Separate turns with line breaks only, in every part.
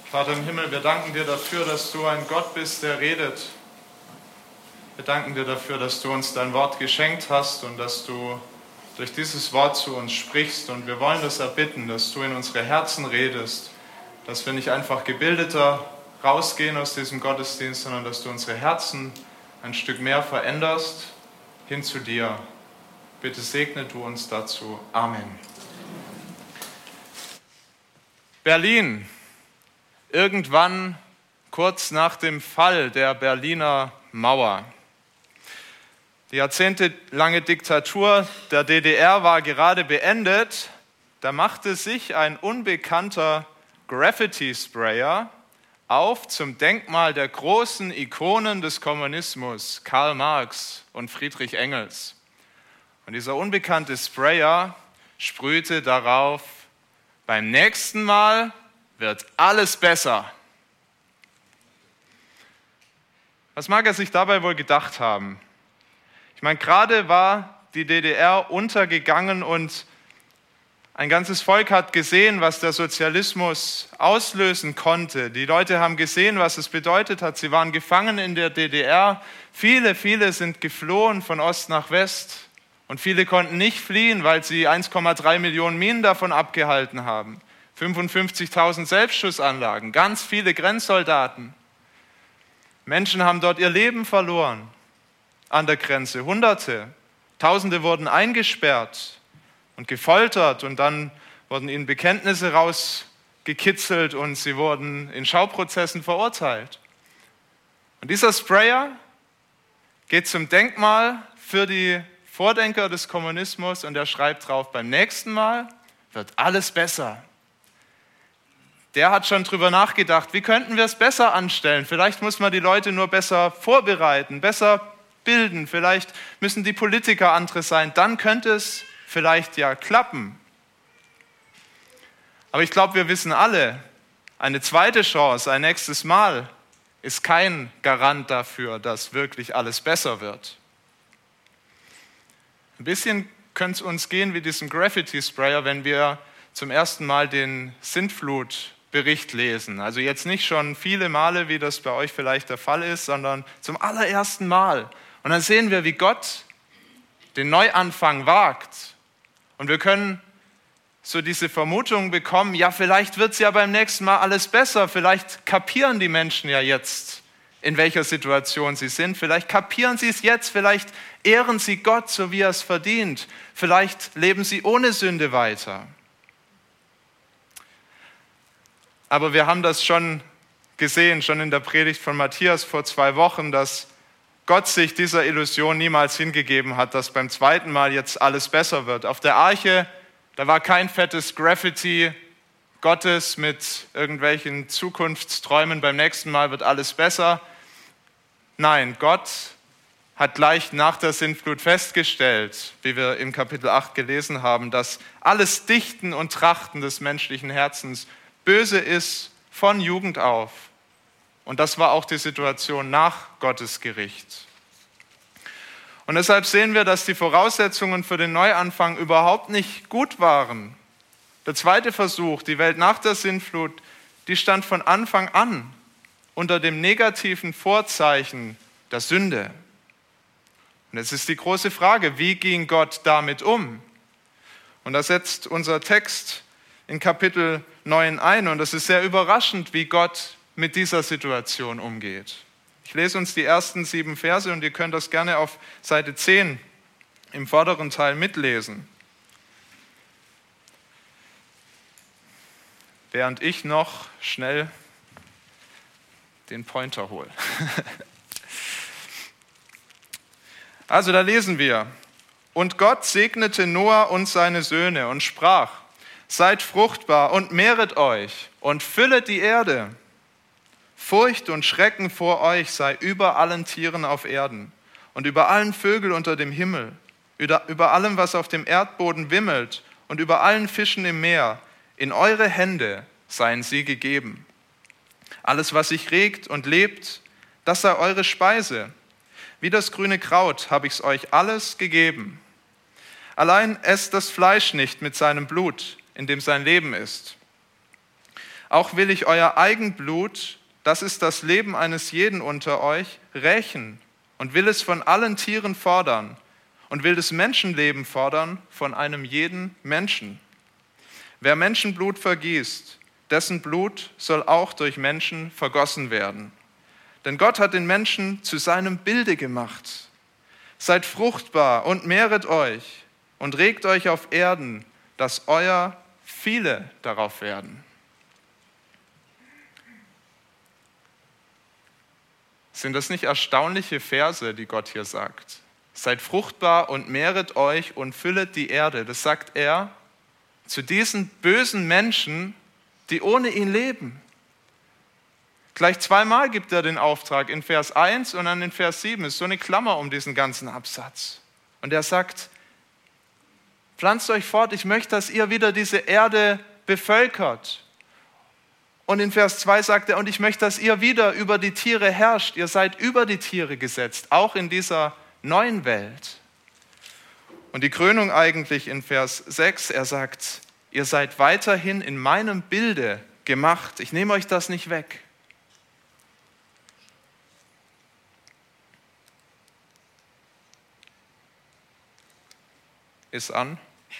Vater im Himmel, wir danken dir dafür, dass du ein Gott bist, der redet. Wir danken dir dafür, dass du uns dein Wort geschenkt hast und dass du durch dieses Wort zu uns sprichst. Und wir wollen das erbitten, dass du in unsere Herzen redest, dass wir nicht einfach gebildeter rausgehen aus diesem Gottesdienst, sondern dass du unsere Herzen ein Stück mehr veränderst hin zu dir. Bitte segne du uns dazu. Amen. Berlin. Irgendwann kurz nach dem Fall der Berliner Mauer. Die jahrzehntelange Diktatur der DDR war gerade beendet. Da machte sich ein unbekannter Graffiti-Sprayer auf zum Denkmal der großen Ikonen des Kommunismus, Karl Marx und Friedrich Engels. Und dieser unbekannte Sprayer sprühte darauf: Beim nächsten Mal wird alles besser. Was mag er sich dabei wohl gedacht haben? Ich meine, gerade war die DDR untergegangen und ein ganzes Volk hat gesehen, was der Sozialismus auslösen konnte. Die Leute haben gesehen, was es bedeutet hat. Sie waren gefangen in der DDR. Viele sind geflohen von Ost nach West. Und viele konnten nicht fliehen, weil sie 1,3 Millionen Minen davon abgehalten haben. 55.000 Selbstschussanlagen, ganz viele Grenzsoldaten. Menschen haben dort ihr Leben verloren an der Grenze, Hunderte. Tausende wurden eingesperrt und gefoltert und dann wurden ihnen Bekenntnisse rausgekitzelt und sie wurden in Schauprozessen verurteilt. Und dieser Sprayer geht zum Denkmal für die Vordenker des Kommunismus und er schreibt drauf: Beim nächsten Mal wird alles besser. Der hat schon drüber nachgedacht, wie könnten wir es besser anstellen? Vielleicht muss man die Leute nur besser vorbereiten, besser bilden. Vielleicht müssen die Politiker andere sein. Dann könnte es vielleicht ja klappen. Aber ich glaube, wir wissen alle, eine zweite Chance, ein nächstes Mal, ist kein Garant dafür, dass wirklich alles besser wird. Ein bisschen könnte es uns gehen wie diesem Graffiti-Sprayer, wenn wir zum ersten Mal den Sintflutbericht lesen. Also jetzt nicht schon viele Male, wie das bei euch vielleicht der Fall ist, sondern zum allerersten Mal. Und dann sehen wir, wie Gott den Neuanfang wagt. Und wir können so diese Vermutung bekommen, ja, vielleicht wird es ja beim nächsten Mal alles besser. Vielleicht kapieren die Menschen ja jetzt, in welcher Situation sie sind. Vielleicht kapieren sie es jetzt. Vielleicht ehren sie Gott, so wie er es verdient. Vielleicht leben sie ohne Sünde weiter. Aber wir haben das schon gesehen, schon in der Predigt von Matthias vor 2 Wochen, dass Gott sich dieser Illusion niemals hingegeben hat, dass beim zweiten Mal jetzt alles besser wird. Auf der Arche, da war kein fettes Graffiti Gottes mit irgendwelchen Zukunftsträumen, beim nächsten Mal wird alles besser. Nein, Gott hat gleich nach der Sintflut festgestellt, wie wir im Kapitel 8 gelesen haben, dass alles Dichten und Trachten des menschlichen Herzens böse ist von Jugend auf. Und das war auch die Situation nach Gottes Gericht. Und deshalb sehen wir, dass die Voraussetzungen für den Neuanfang überhaupt nicht gut waren. Der zweite Versuch, die Welt nach der Sintflut, die stand von Anfang an unter dem negativen Vorzeichen der Sünde. Und jetzt ist die große Frage, wie ging Gott damit um? Und da setzt unser Text in Kapitel 9 ein. Und das ist sehr überraschend, wie Gott mit dieser Situation umgeht. Ich lese uns die ersten 7 Verse und ihr könnt das gerne auf Seite 10 im vorderen Teil mitlesen. Während ich noch schnell den Pointer hole. Also da lesen wir: Und Gott segnete Noah und seine Söhne und sprach: Seid fruchtbar und mehret euch und füllet die Erde. Furcht und Schrecken vor euch sei über allen Tieren auf Erden und über allen Vögeln unter dem Himmel, über allem, was auf dem Erdboden wimmelt und über allen Fischen im Meer. In eure Hände seien sie gegeben. Alles, was sich regt und lebt, das sei eure Speise. Wie das grüne Kraut habe ich's euch alles gegeben. Allein esst das Fleisch nicht mit seinem Blut, in dem sein Leben ist. Auch will ich euer Eigenblut, das ist das Leben eines jeden unter euch, rächen und will es von allen Tieren fordern und will das Menschenleben fordern von einem jeden Menschen. Wer Menschenblut vergießt, dessen Blut soll auch durch Menschen vergossen werden. Denn Gott hat den Menschen zu seinem Bilde gemacht. Seid fruchtbar und mehret euch und regt euch auf Erden, dass euer viele darauf werden. Sind das nicht erstaunliche Verse, die Gott hier sagt? Seid fruchtbar und mehret euch und füllet die Erde. Das sagt er zu diesen bösen Menschen, die ohne ihn leben. Gleich zweimal gibt er den Auftrag, in Vers 1 und dann in Vers 7. Das ist so eine Klammer um diesen ganzen Absatz. Und er sagt, pflanzt euch fort, ich möchte, dass ihr wieder diese Erde bevölkert. Und in Vers 2 sagt er, und ich möchte, dass ihr wieder über die Tiere herrscht. Ihr seid über die Tiere gesetzt, auch in dieser neuen Welt. Und die Krönung eigentlich in Vers 6, er sagt, ihr seid weiterhin in meinem Bilde gemacht. Ich nehme euch das nicht weg. Ist an.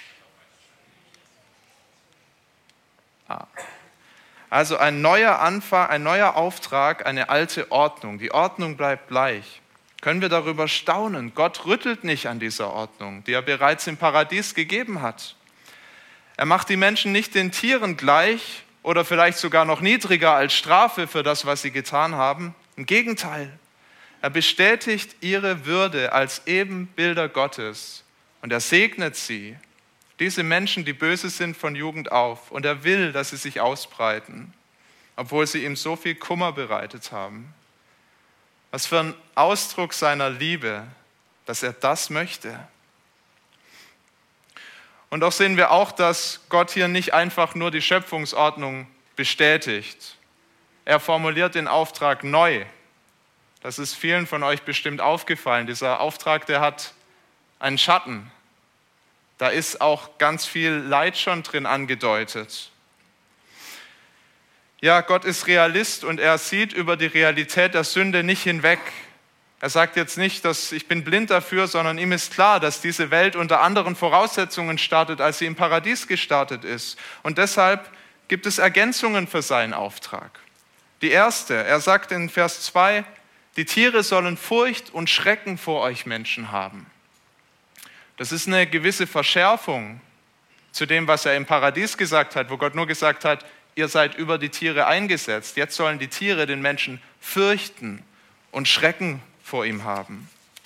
Also ein neuer Anfang, ein neuer Auftrag, eine alte Ordnung. Die Ordnung bleibt gleich. Können wir darüber staunen? Gott rüttelt nicht an dieser Ordnung, die er bereits im Paradies gegeben hat. Er macht die Menschen nicht den Tieren gleich oder vielleicht sogar noch niedriger als Strafe für das, was sie getan haben. Im Gegenteil, er bestätigt ihre Würde als Ebenbilder Gottes und er segnet sie. Diese Menschen, die böse sind von Jugend auf, und er will, dass sie sich ausbreiten, obwohl sie ihm so viel Kummer bereitet haben. Was für ein Ausdruck seiner Liebe, dass er das möchte. Und doch sehen wir auch, dass Gott hier nicht einfach nur die Schöpfungsordnung bestätigt. Er formuliert den Auftrag neu. Das ist vielen von euch bestimmt aufgefallen. Dieser Auftrag, der hat einen Schatten. Da ist auch ganz viel Leid schon drin angedeutet. Ja, Gott ist Realist und er sieht über die Realität der Sünde nicht hinweg. Er sagt jetzt nicht, dass ich bin blind dafür, sondern ihm ist klar, dass diese Welt unter anderen Voraussetzungen startet, als sie im Paradies gestartet ist. Und deshalb gibt es Ergänzungen für seinen Auftrag. Die erste, er sagt in Vers 2, die Tiere sollen Furcht und Schrecken vor euch Menschen haben. Das ist eine gewisse Verschärfung zu dem, was er im Paradies gesagt hat, wo Gott nur gesagt hat, ihr seid über die Tiere eingesetzt. Jetzt sollen die Tiere den Menschen fürchten und Schrecken vor ihm haben.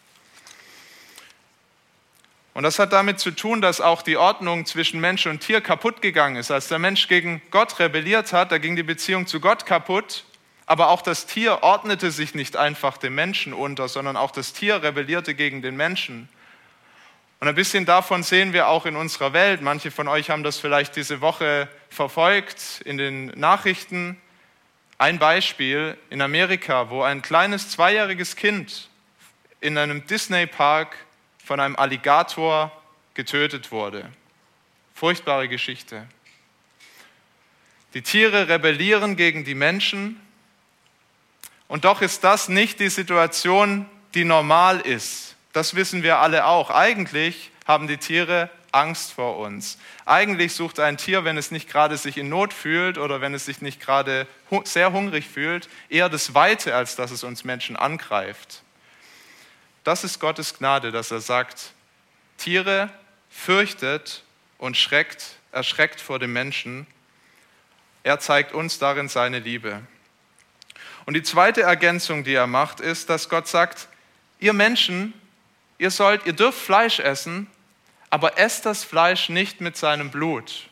Und das hat damit zu tun, dass auch die Ordnung zwischen Mensch und Tier kaputt gegangen ist. Als der Mensch gegen Gott rebelliert hat, da ging die Beziehung zu Gott kaputt. Aber auch das Tier ordnete sich nicht einfach dem Menschen unter, sondern auch das Tier rebellierte gegen den Menschen. Und ein bisschen davon sehen wir auch in unserer Welt. Manche von euch haben das vielleicht diese Woche verfolgt in den Nachrichten. Ein Beispiel in Amerika, wo ein kleines 2-jähriges Kind in einem Disney-Park von einem Alligator getötet wurde. Furchtbare Geschichte. Die Tiere rebellieren gegen die Menschen. Und doch ist das nicht die Situation, die normal ist. Das wissen wir alle auch. Eigentlich haben die Tiere Angst vor uns. Eigentlich sucht ein Tier, wenn es nicht gerade sich in Not fühlt oder wenn es sich nicht gerade sehr hungrig fühlt, eher das Weite, als dass es uns Menschen angreift. Das ist Gottes Gnade, dass er sagt, Tiere fürchtet und erschreckt vor dem Menschen. Er zeigt uns darin seine Liebe. Und die zweite Ergänzung, die er macht, ist, dass Gott sagt, ihr Menschen, ihr dürft Fleisch essen, aber esst das Fleisch nicht mit seinem Blut.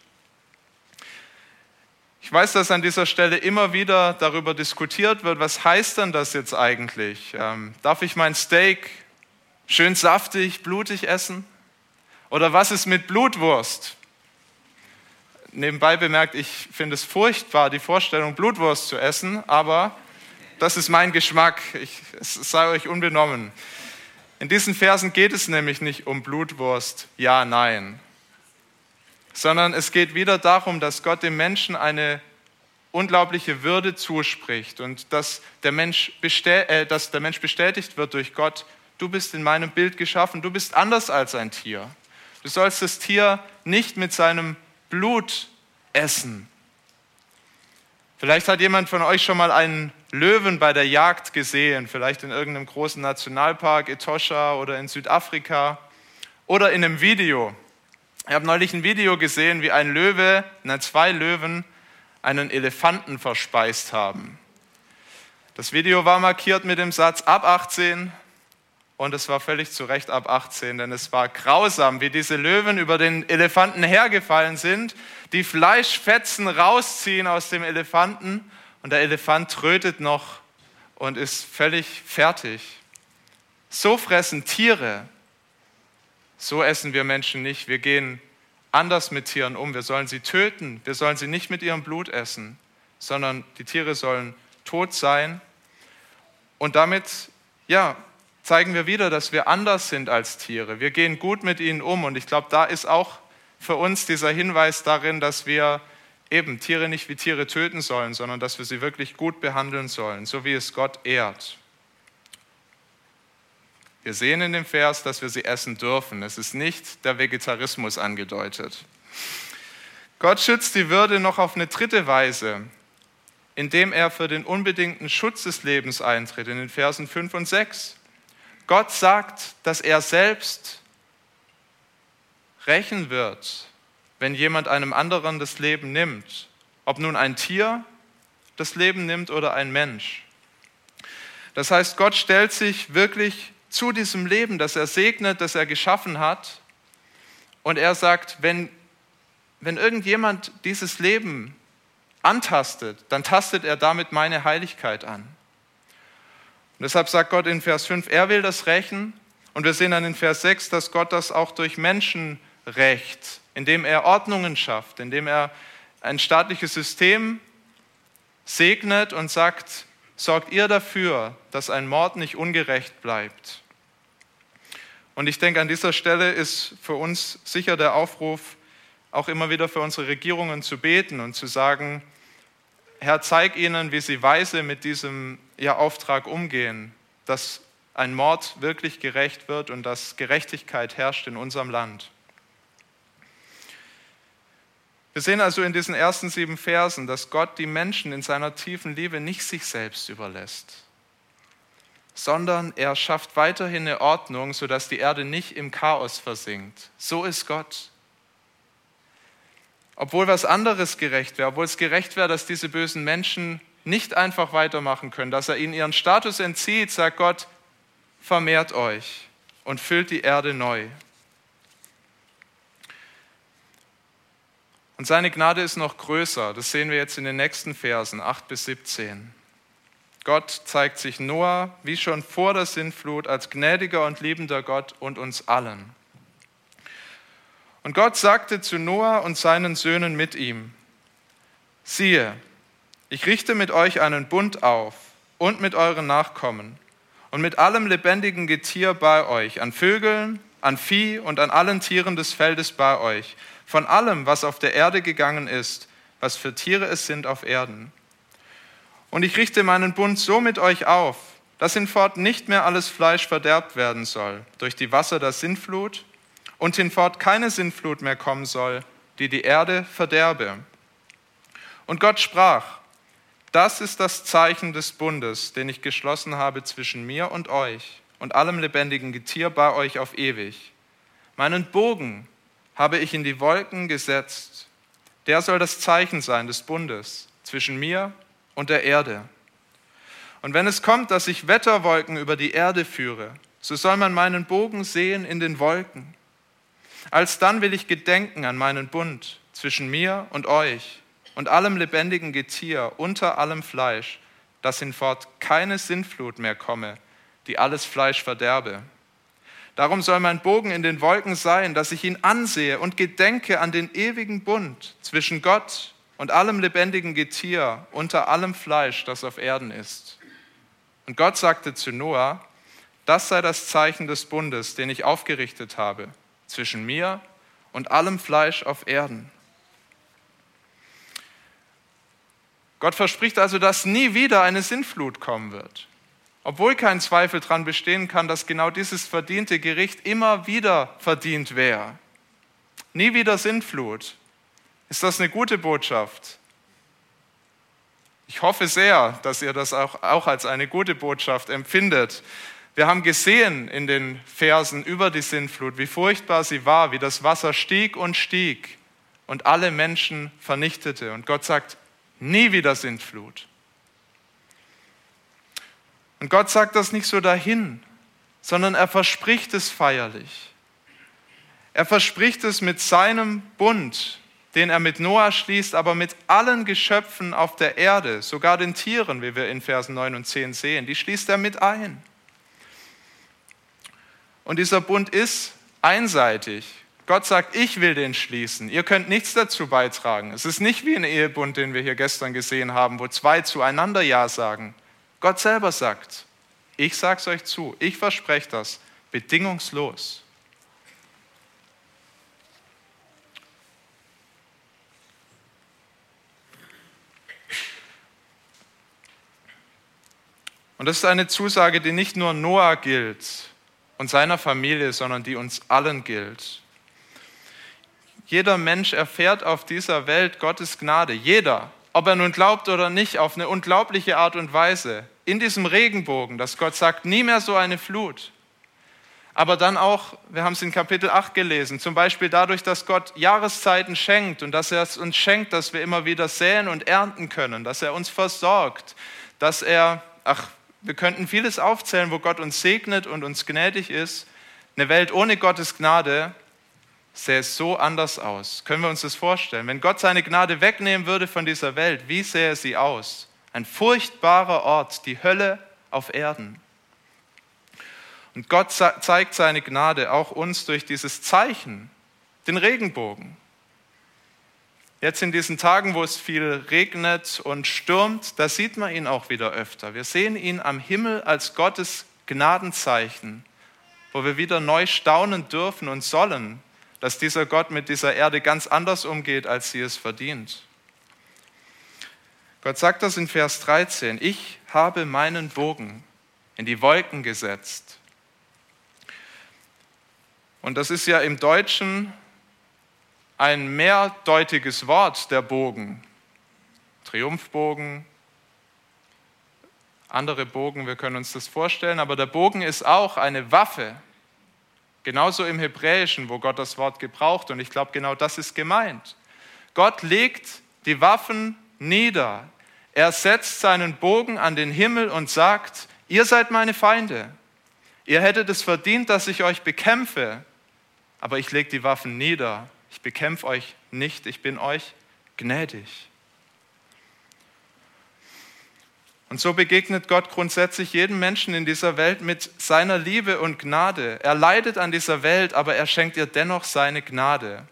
Ich weiß, dass an dieser Stelle immer wieder darüber diskutiert wird, was heißt denn das jetzt eigentlich? Darf ich mein Steak schön saftig, blutig essen? Oder was ist mit Blutwurst? Nebenbei bemerkt, ich finde es furchtbar, die Vorstellung, Blutwurst zu essen, aber das ist mein Geschmack, es sei euch unbenommen. In diesen Versen geht es nämlich nicht um Blutwurst, ja, nein, sondern es geht wieder darum, dass Gott dem Menschen eine unglaubliche Würde zuspricht und dass der Mensch bestätigt wird durch Gott, du bist in meinem Bild geschaffen, du bist anders als ein Tier. Du sollst das Tier nicht mit seinem Blut essen. Vielleicht hat jemand von euch schon mal einen Löwen bei der Jagd gesehen, vielleicht in irgendeinem großen Nationalpark, Etosha oder in Südafrika oder in einem Video. Ich habe neulich ein Video gesehen, wie zwei Löwen einen Elefanten verspeist haben. Das Video war markiert mit dem Satz ab 18 und es war völlig zu Recht ab 18, denn es war grausam, wie diese Löwen über den Elefanten hergefallen sind, die Fleischfetzen rausziehen aus dem Elefanten und der Elefant trötet noch und ist völlig fertig. So fressen Tiere, so essen wir Menschen nicht. Wir gehen anders mit Tieren um. Wir sollen sie töten, wir sollen sie nicht mit ihrem Blut essen, sondern die Tiere sollen tot sein. Und damit, zeigen wir wieder, dass wir anders sind als Tiere. Wir gehen gut mit ihnen um und ich glaube, da ist auch für uns dieser Hinweis darin, dass wir eben Tiere nicht wie Tiere töten sollen, sondern dass wir sie wirklich gut behandeln sollen, so wie es Gott ehrt. Wir sehen in dem Vers, dass wir sie essen dürfen. Es ist nicht der Vegetarismus angedeutet. Gott schützt die Würde noch auf eine dritte Weise, indem er für den unbedingten Schutz des Lebens eintritt, in den Versen 5 und 6. Gott sagt, dass er selbst rächen wird, wenn jemand einem anderen das Leben nimmt. Ob nun ein Tier das Leben nimmt oder ein Mensch. Das heißt, Gott stellt sich wirklich zu diesem Leben, das er segnet, das er geschaffen hat. Und er sagt, wenn irgendjemand dieses Leben antastet, dann tastet er damit meine Heiligkeit an. Und deshalb sagt Gott in Vers 5, er will das rächen. Und wir sehen dann in Vers 6, dass Gott das auch durch Menschen rächt, indem er Ordnungen schafft, indem er ein staatliches System segnet und sagt, sorgt ihr dafür, dass ein Mord nicht ungerecht bleibt. Und ich denke, an dieser Stelle ist für uns sicher der Aufruf, auch immer wieder für unsere Regierungen zu beten und zu sagen, Herr, zeig ihnen, wie sie weise mit diesem Auftrag umgehen, dass ein Mord wirklich gerecht wird und dass Gerechtigkeit herrscht in unserem Land. Wir sehen also in diesen ersten 7 Versen, dass Gott die Menschen in seiner tiefen Liebe nicht sich selbst überlässt, sondern er schafft weiterhin eine Ordnung, sodass die Erde nicht im Chaos versinkt. So ist Gott. Obwohl was anderes gerecht wäre, obwohl es gerecht wäre, dass diese bösen Menschen nicht einfach weitermachen können, dass er ihnen ihren Status entzieht, sagt Gott, vermehrt euch und füllt die Erde neu. Und seine Gnade ist noch größer, das sehen wir jetzt in den nächsten Versen, 8 bis 17. Gott zeigt sich Noah, wie schon vor der Sintflut, als gnädiger und liebender Gott und uns allen. Und Gott sagte zu Noah und seinen Söhnen mit ihm, siehe, ich richte mit euch einen Bund auf und mit euren Nachkommen und mit allem lebendigen Getier bei euch, an Vögeln, an Vieh und an allen Tieren des Feldes bei euch, von allem, was auf der Erde gegangen ist, was für Tiere es sind auf Erden. Und ich richte meinen Bund so mit euch auf, dass hinfort nicht mehr alles Fleisch verderbt werden soll durch die Wasser der Sintflut und hinfort keine Sintflut mehr kommen soll, die die Erde verderbe. Und Gott sprach, das ist das Zeichen des Bundes, den ich geschlossen habe zwischen mir und euch und allem lebendigen Getier bei euch auf ewig. Meinen Bogen habe ich in die Wolken gesetzt. Der soll das Zeichen sein des Bundes zwischen mir und der Erde. Und wenn es kommt, dass ich Wetterwolken über die Erde führe, so soll man meinen Bogen sehen in den Wolken. Alsdann will ich gedenken an meinen Bund zwischen mir und euch und allem lebendigen Getier unter allem Fleisch, dass hinfort keine Sintflut mehr komme, die alles Fleisch verderbe. Darum soll mein Bogen in den Wolken sein, dass ich ihn ansehe und gedenke an den ewigen Bund zwischen Gott und allem lebendigen Getier unter allem Fleisch, das auf Erden ist. Und Gott sagte zu Noah, das sei das Zeichen des Bundes, den ich aufgerichtet habe, zwischen mir und allem Fleisch auf Erden. Gott verspricht also, dass nie wieder eine Sintflut kommen wird. Obwohl kein Zweifel daran bestehen kann, dass genau dieses verdiente Gericht immer wieder verdient wäre. Nie wieder Sintflut. Ist das eine gute Botschaft? Ich hoffe sehr, dass ihr das auch als eine gute Botschaft empfindet. Wir haben gesehen in den Versen über die Sintflut, wie furchtbar sie war, wie das Wasser stieg und alle Menschen vernichtete. Und Gott sagt, nie wieder Sintflut. Und Gott sagt das nicht so dahin, sondern er verspricht es feierlich. Er verspricht es mit seinem Bund, den er mit Noah schließt, aber mit allen Geschöpfen auf der Erde, sogar den Tieren, wie wir in Versen 9 und 10 sehen, die schließt er mit ein. Und dieser Bund ist einseitig. Gott sagt, ich will den schließen. Ihr könnt nichts dazu beitragen. Es ist nicht wie ein Ehebund, den wir hier gestern gesehen haben, wo zwei zueinander Ja sagen. Gott selber sagt, ich sage es euch zu, ich verspreche das, bedingungslos. Und das ist eine Zusage, die nicht nur Noah gilt und seiner Familie, sondern die uns allen gilt. Jeder Mensch erfährt auf dieser Welt Gottes Gnade. Jeder, ob er nun glaubt oder nicht, auf eine unglaubliche Art und Weise. In diesem Regenbogen, dass Gott sagt, nie mehr so eine Flut. Aber dann auch, wir haben es in Kapitel 8 gelesen, zum Beispiel dadurch, dass Gott Jahreszeiten schenkt und dass er es uns schenkt, dass wir immer wieder säen und ernten können, dass er uns versorgt, dass wir könnten vieles aufzählen, wo Gott uns segnet und uns gnädig ist. Eine Welt ohne Gottes Gnade sähe es so anders aus. Können wir uns das vorstellen? Wenn Gott seine Gnade wegnehmen würde von dieser Welt, wie sähe sie aus? Ein furchtbarer Ort, die Hölle auf Erden. Und Gott zeigt seine Gnade auch uns durch dieses Zeichen, den Regenbogen. Jetzt in diesen Tagen, wo es viel regnet und stürmt, da sieht man ihn auch wieder öfter. Wir sehen ihn am Himmel als Gottes Gnadenzeichen, wo wir wieder neu staunen dürfen und sollen, dass dieser Gott mit dieser Erde ganz anders umgeht, als sie es verdient. Gott sagt das in Vers 13, ich habe meinen Bogen in die Wolken gesetzt. Und das ist ja im Deutschen ein mehrdeutiges Wort, der Bogen. Triumphbogen, andere Bogen, wir können uns das vorstellen, aber der Bogen ist auch eine Waffe. Genauso im Hebräischen, wo Gott das Wort gebraucht. Und ich glaube, genau das ist gemeint. Gott legt die Waffen nieder. Er setzt seinen Bogen an den Himmel und sagt, ihr seid meine Feinde. Ihr hättet es verdient, dass ich euch bekämpfe. Aber ich lege die Waffen nieder. Ich bekämpfe euch nicht. Ich bin euch gnädig. Und so begegnet Gott grundsätzlich jedem Menschen in dieser Welt mit seiner Liebe und Gnade. Er leidet an dieser Welt, aber er schenkt ihr dennoch seine Gnade.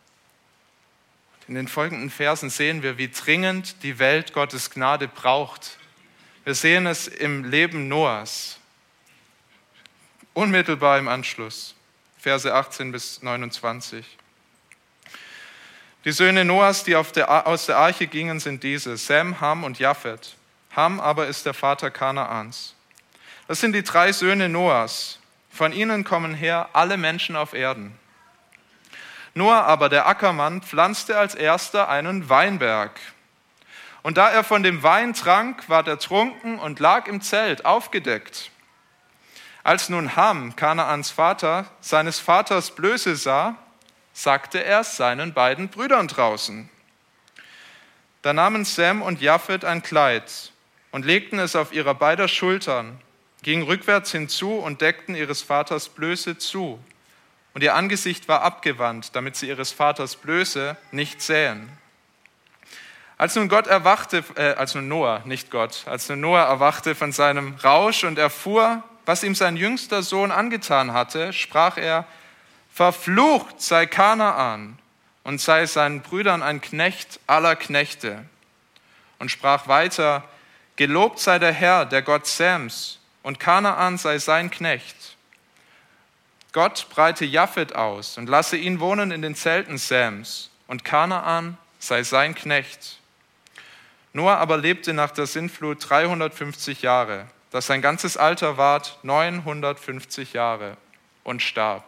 In den folgenden Versen sehen wir, wie dringend die Welt Gottes Gnade braucht. Wir sehen es im Leben Noahs. Unmittelbar im Anschluss, Verse 18 bis 29. Die Söhne Noahs, die aus der Arche gingen, sind diese, Sem, Ham und Japhet. Ham aber ist der Vater Kanaans. Das sind die 3 Söhne Noahs. Von ihnen kommen her alle Menschen auf Erden. Noah aber, der Ackermann, pflanzte als erster einen Weinberg. Und da er von dem Wein trank, ward er trunken und lag im Zelt, aufgedeckt. Als nun Ham, Kanaans Vater, seines Vaters Blöße sah, sagte er es seinen beiden Brüdern draußen. Da nahmen Sem und Japhet ein Kleid und legten es auf ihrer beider Schultern, gingen rückwärts hinzu und deckten ihres Vaters Blöße zu. Und ihr Angesicht war abgewandt, damit sie ihres Vaters Blöße nicht sähen. Als nun Noah erwachte von seinem Rausch und erfuhr, was ihm sein jüngster Sohn angetan hatte, sprach er, verflucht sei Kanaan und sei seinen Brüdern ein Knecht aller Knechte. Und sprach weiter, gelobt sei der Herr, der Gott Sems, und Kanaan sei sein Knecht. Gott breite Japhet aus und lasse ihn wohnen in den Zelten Sems, und Kanaan sei sein Knecht. Noah aber lebte nach der Sintflut 350 Jahre, das sein ganzes Alter ward 950 Jahre und starb.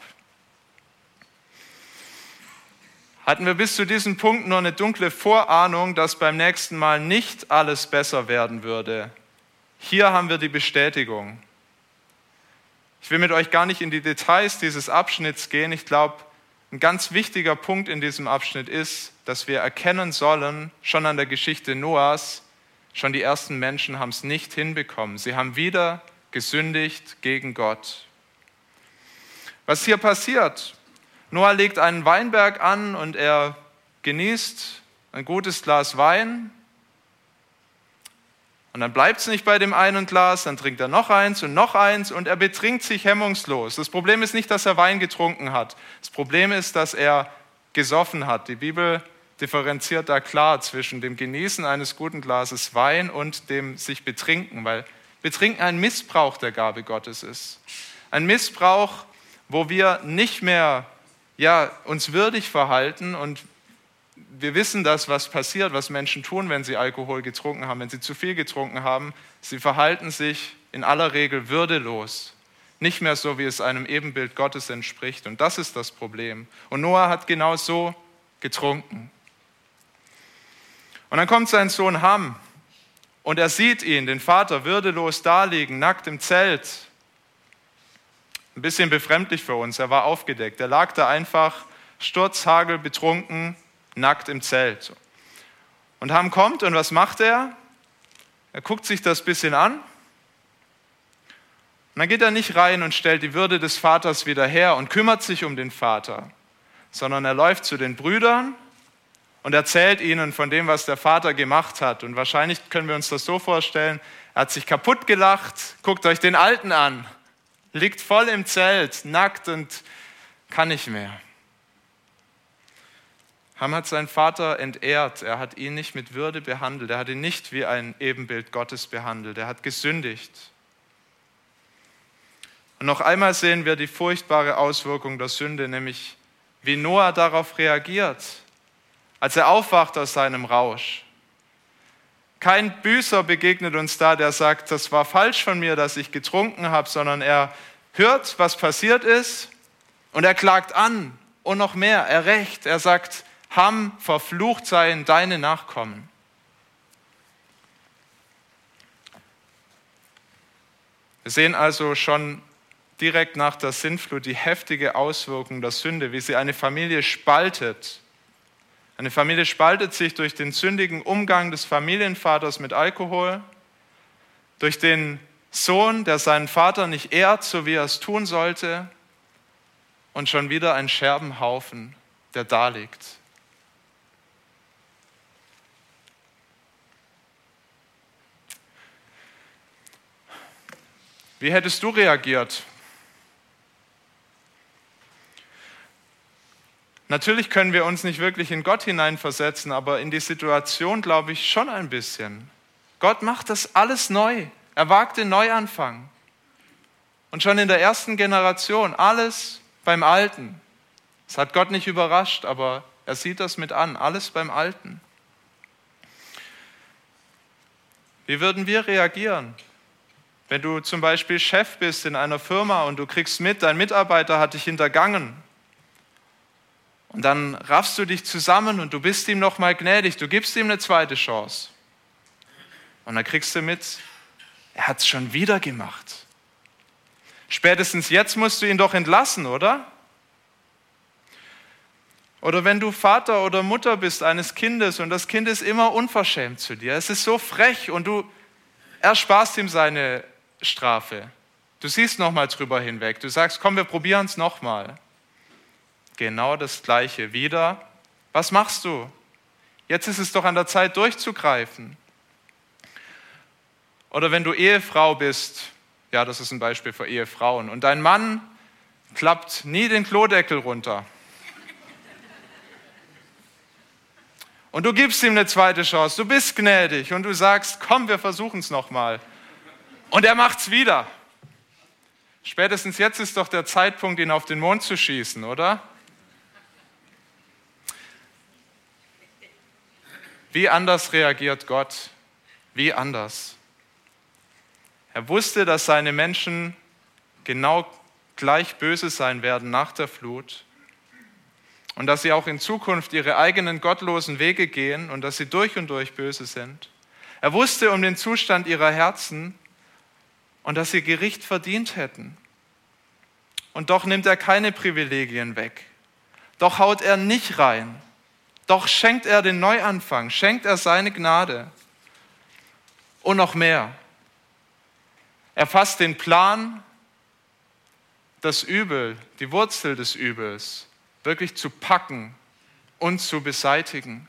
Hatten wir bis zu diesem Punkt nur eine dunkle Vorahnung, dass beim nächsten Mal nicht alles besser werden würde. Hier haben wir die Bestätigung. Ich will mit euch gar nicht in die Details dieses Abschnitts gehen. Ich glaube, ein ganz wichtiger Punkt in diesem Abschnitt ist, dass wir erkennen sollen, schon an der Geschichte Noahs, schon die ersten Menschen haben es nicht hinbekommen. Sie haben wieder gesündigt gegen Gott. Was hier passiert? Noah legt einen Weinberg an und er genießt ein gutes Glas Wein. Und dann bleibt es nicht bei dem einen Glas, dann trinkt er noch eins und er betrinkt sich hemmungslos. Das Problem ist nicht, dass er Wein getrunken hat. Das Problem ist, dass er gesoffen hat. Die Bibel differenziert da klar zwischen dem Genießen eines guten Glases Wein und dem sich betrinken, weil Betrinken ein Missbrauch der Gabe Gottes ist. Ein Missbrauch, wo wir nicht mehr uns würdig verhalten, und wir wissen das, was passiert, was Menschen tun, wenn sie Alkohol getrunken haben, wenn sie zu viel getrunken haben. Sie verhalten sich in aller Regel würdelos, nicht mehr so, wie es einem Ebenbild Gottes entspricht. Und das ist das Problem. Und Noah hat genau so getrunken. Und dann kommt sein Sohn Ham und er sieht ihn, den Vater, würdelos daliegen, nackt im Zelt. Ein bisschen befremdlich für uns, er war aufgedeckt. Er lag da einfach sturzhagel betrunken, nackt im Zelt. Und Ham kommt und was macht er? Er guckt sich das bisschen an und dann geht er nicht rein und stellt die Würde des Vaters wieder her und kümmert sich um den Vater, sondern er läuft zu den Brüdern und erzählt ihnen von dem, was der Vater gemacht hat. Und wahrscheinlich können wir uns das so vorstellen, er hat sich kaputt gelacht, guckt euch den Alten an, liegt voll im Zelt, nackt und kann nicht mehr. Ham hat seinen Vater entehrt, er hat ihn nicht mit Würde behandelt, er hat ihn nicht wie ein Ebenbild Gottes behandelt, er hat gesündigt. Und noch einmal sehen wir die furchtbare Auswirkung der Sünde, nämlich wie Noah darauf reagiert, als er aufwacht aus seinem Rausch. Kein Büßer begegnet uns da, der sagt, das war falsch von mir, dass ich getrunken habe, sondern er hört, was passiert ist und er klagt an und noch mehr, er rächt, er sagt, Ham, verflucht seien deine Nachkommen. Wir sehen also schon direkt nach der Sintflut die heftige Auswirkung der Sünde, wie sie eine Familie spaltet. Eine Familie spaltet sich durch den sündigen Umgang des Familienvaters mit Alkohol, durch den Sohn, der seinen Vater nicht ehrt, so wie er es tun sollte, und schon wieder ein Scherbenhaufen, der da liegt. Wie hättest du reagiert? Natürlich können wir uns nicht wirklich in Gott hineinversetzen, aber in die Situation glaube ich schon ein bisschen. Gott macht das alles neu. Er wagt den Neuanfang. Und schon in der ersten Generation, alles beim Alten. Das hat Gott nicht überrascht, aber er sieht das mit an, alles beim Alten. Wie würden wir reagieren? Wenn du zum Beispiel Chef bist in einer Firma und du kriegst mit, dein Mitarbeiter hat dich hintergangen. Und dann raffst du dich zusammen und du bist ihm nochmal gnädig, du gibst ihm eine zweite Chance. Und dann kriegst du mit, er hat es schon wieder gemacht. Spätestens jetzt musst du ihn doch entlassen, oder? Oder wenn du Vater oder Mutter bist eines Kindes und das Kind ist immer unverschämt zu dir, es ist so frech und du ersparst ihm seine Strafe. Du siehst nochmal drüber hinweg, du sagst, komm, wir probieren es nochmal. Genau das Gleiche wieder. Was machst du? Jetzt ist es doch an der Zeit, durchzugreifen. Oder wenn du Ehefrau bist, ja, das ist ein Beispiel für Ehefrauen, und dein Mann klappt nie den Klodeckel runter. Und du gibst ihm eine zweite Chance, du bist gnädig und du sagst, komm, wir versuchen es nochmal. Und er macht es wieder. Spätestens jetzt ist doch der Zeitpunkt, ihn auf den Mond zu schießen, oder? Wie anders reagiert Gott, wie anders. Er wusste, dass seine Menschen genau gleich böse sein werden nach der Flut und dass sie auch in Zukunft ihre eigenen gottlosen Wege gehen und dass sie durch und durch böse sind. Er wusste um den Zustand ihrer Herzen und dass sie Gericht verdient hätten. Und doch nimmt er keine Privilegien weg. Doch haut er nicht rein. Doch schenkt er den Neuanfang, schenkt er seine Gnade. Und noch mehr. Er fasst den Plan, das Übel, die Wurzel des Übels, wirklich zu packen und zu beseitigen.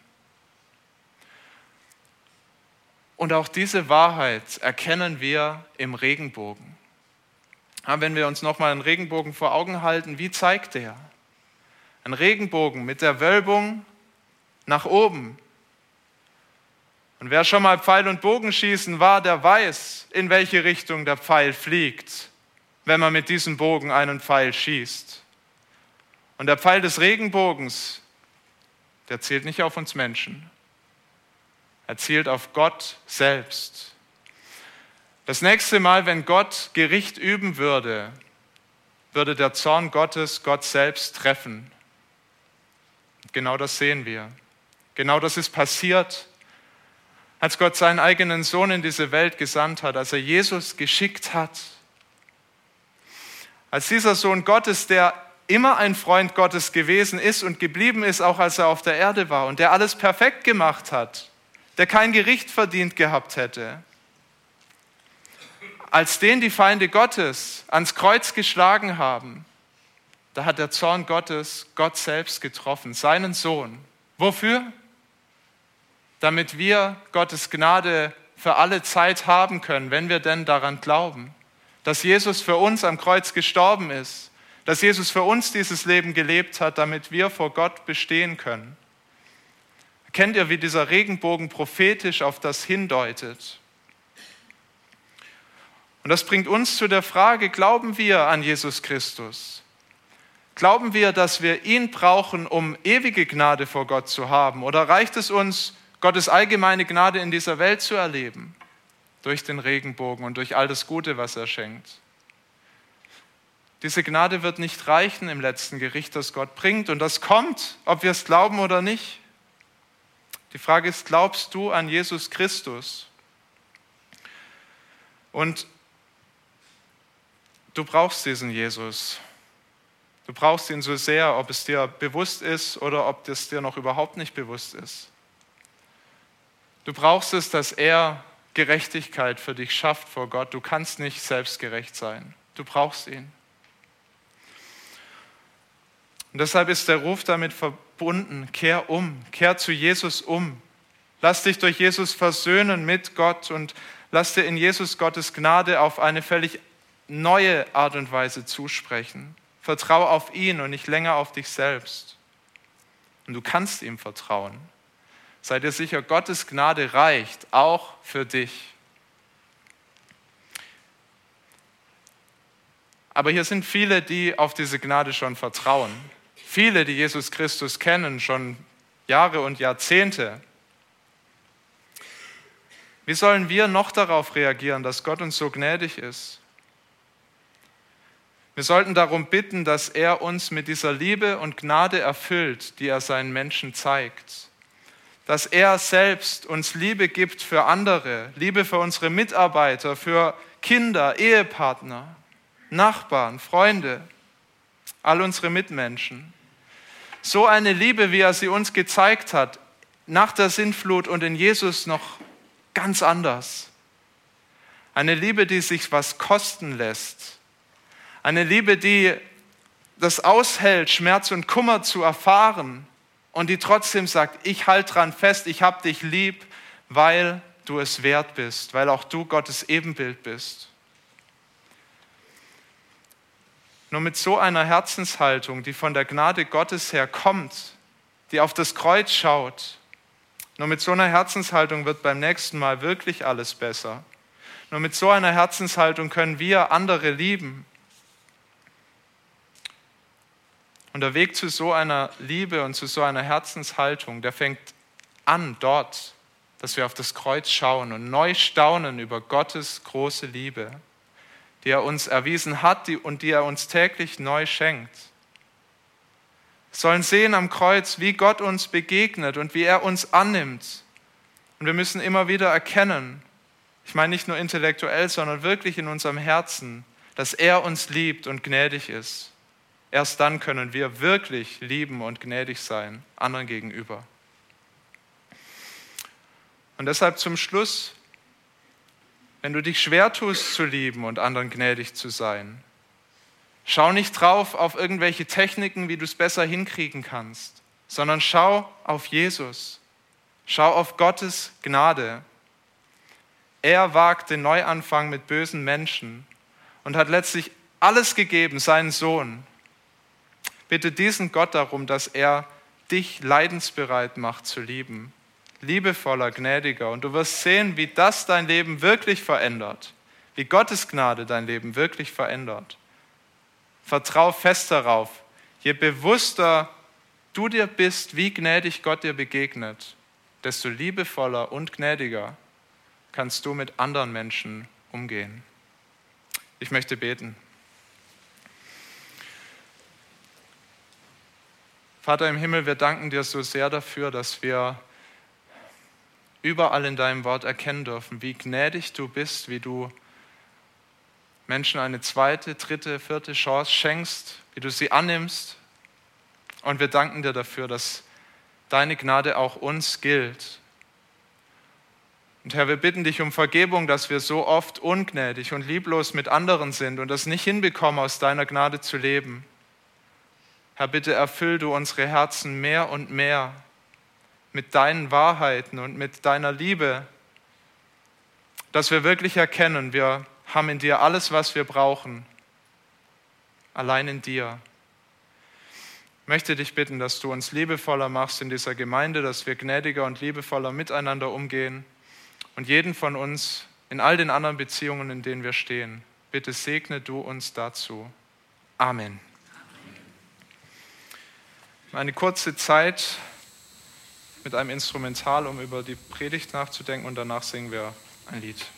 Und auch diese Wahrheit erkennen wir im Regenbogen. Wenn wir uns nochmal einen Regenbogen vor Augen halten, wie zeigt der? Ein Regenbogen mit der Wölbung nach oben. Und wer schon mal Pfeil und Bogenschießen war, der weiß, in welche Richtung der Pfeil fliegt, wenn man mit diesem Bogen einen Pfeil schießt. Und der Pfeil des Regenbogens, der zielt nicht auf uns Menschen. Er zielt auf Gott selbst. Das nächste Mal, wenn Gott Gericht üben würde, würde der Zorn Gottes Gott selbst treffen. Genau das sehen wir. Genau das ist passiert, als Gott seinen eigenen Sohn in diese Welt gesandt hat, als er Jesus geschickt hat. Als dieser Sohn Gottes, der immer ein Freund Gottes gewesen ist und geblieben ist, auch als er auf der Erde war und der alles perfekt gemacht hat, der kein Gericht verdient gehabt hätte. Als den die Feinde Gottes ans Kreuz geschlagen haben, da hat der Zorn Gottes Gott selbst getroffen, seinen Sohn. Wofür? Damit wir Gottes Gnade für alle Zeit haben können, wenn wir denn daran glauben, dass Jesus für uns am Kreuz gestorben ist, dass Jesus für uns dieses Leben gelebt hat, damit wir vor Gott bestehen können. Kennt ihr, wie dieser Regenbogen prophetisch auf das hindeutet? Und das bringt uns zu der Frage, glauben wir an Jesus Christus? Glauben wir, dass wir ihn brauchen, um ewige Gnade vor Gott zu haben? Oder reicht es uns, Gottes allgemeine Gnade in dieser Welt zu erleben? Durch den Regenbogen und durch all das Gute, was er schenkt. Diese Gnade wird nicht reichen im letzten Gericht, das Gott bringt. Und das kommt, ob wir es glauben oder nicht. Die Frage ist, glaubst du an Jesus Christus? Und du brauchst diesen Jesus. Du brauchst ihn so sehr, ob es dir bewusst ist oder ob es dir noch überhaupt nicht bewusst ist. Du brauchst es, dass er Gerechtigkeit für dich schafft vor Gott. Du kannst nicht selbstgerecht sein. Du brauchst ihn. Und deshalb ist der Ruf damit verbunden, kehr um, kehr zu Jesus um. Lass dich durch Jesus versöhnen mit Gott und lass dir in Jesus Gottes Gnade auf eine völlig neue Art und Weise zusprechen. Vertrau auf ihn und nicht länger auf dich selbst. Und du kannst ihm vertrauen. Sei dir sicher, Gottes Gnade reicht auch für dich. Aber hier sind viele, die auf diese Gnade schon vertrauen. Viele, die Jesus Christus kennen, schon Jahre und Jahrzehnte. Wie sollen wir noch darauf reagieren, dass Gott uns so gnädig ist? Wir sollten darum bitten, dass er uns mit dieser Liebe und Gnade erfüllt, die er seinen Menschen zeigt. Dass er selbst uns Liebe gibt für andere, Liebe für unsere Mitarbeiter, für Kinder, Ehepartner, Nachbarn, Freunde, all unsere Mitmenschen. So eine Liebe, wie er sie uns gezeigt hat, nach der Sintflut und in Jesus noch ganz anders. Eine Liebe, die sich was kosten lässt. Eine Liebe, die das aushält, Schmerz und Kummer zu erfahren und die trotzdem sagt, ich halte dran fest, ich habe dich lieb, weil du es wert bist, weil auch du Gottes Ebenbild bist. Nur mit so einer Herzenshaltung, die von der Gnade Gottes her kommt, die auf das Kreuz schaut, nur mit so einer Herzenshaltung wird beim nächsten Mal wirklich alles besser. Nur mit so einer Herzenshaltung können wir andere lieben. Und der Weg zu so einer Liebe und zu so einer Herzenshaltung, der fängt an dort, dass wir auf das Kreuz schauen und neu staunen über Gottes große Liebe, die er uns erwiesen hat und die er uns täglich neu schenkt. Wir sollen sehen am Kreuz, wie Gott uns begegnet und wie er uns annimmt. Und wir müssen immer wieder erkennen, ich meine nicht nur intellektuell, sondern wirklich in unserem Herzen, dass er uns liebt und gnädig ist. Erst dann können wir wirklich lieben und gnädig sein, anderen gegenüber. Und deshalb zum Schluss, wenn du dich schwer tust zu lieben und anderen gnädig zu sein, schau nicht drauf auf irgendwelche Techniken, wie du es besser hinkriegen kannst, sondern schau auf Jesus. Schau auf Gottes Gnade. Er wagt den Neuanfang mit bösen Menschen und hat letztlich alles gegeben, seinen Sohn. Bitte diesen Gott darum, dass er dich leidensbereit macht zu lieben. Liebevoller, gnädiger. Und du wirst sehen, wie das dein Leben wirklich verändert. Wie Gottes Gnade dein Leben wirklich verändert. Vertrau fest darauf. Je bewusster du dir bist, wie gnädig Gott dir begegnet, desto liebevoller und gnädiger kannst du mit anderen Menschen umgehen. Ich möchte beten. Vater im Himmel, wir danken dir so sehr dafür, dass wir überall in deinem Wort erkennen dürfen, wie gnädig du bist, wie du Menschen eine zweite, dritte, vierte Chance schenkst, wie du sie annimmst. Und wir danken dir dafür, dass deine Gnade auch uns gilt. Und Herr, wir bitten dich um Vergebung, dass wir so oft ungnädig und lieblos mit anderen sind und das nicht hinbekommen, aus deiner Gnade zu leben. Herr, bitte erfüll du unsere Herzen mehr und mehr mit deinen Wahrheiten und mit deiner Liebe, dass wir wirklich erkennen, wir haben in dir alles, was wir brauchen, allein in dir. Ich möchte dich bitten, dass du uns liebevoller machst in dieser Gemeinde, dass wir gnädiger und liebevoller miteinander umgehen und jeden von uns in all den anderen Beziehungen, in denen wir stehen. Bitte segne du uns dazu. Amen. Eine kurze Zeit mit einem Instrumental, um über die Predigt nachzudenken, und danach singen wir ein Lied.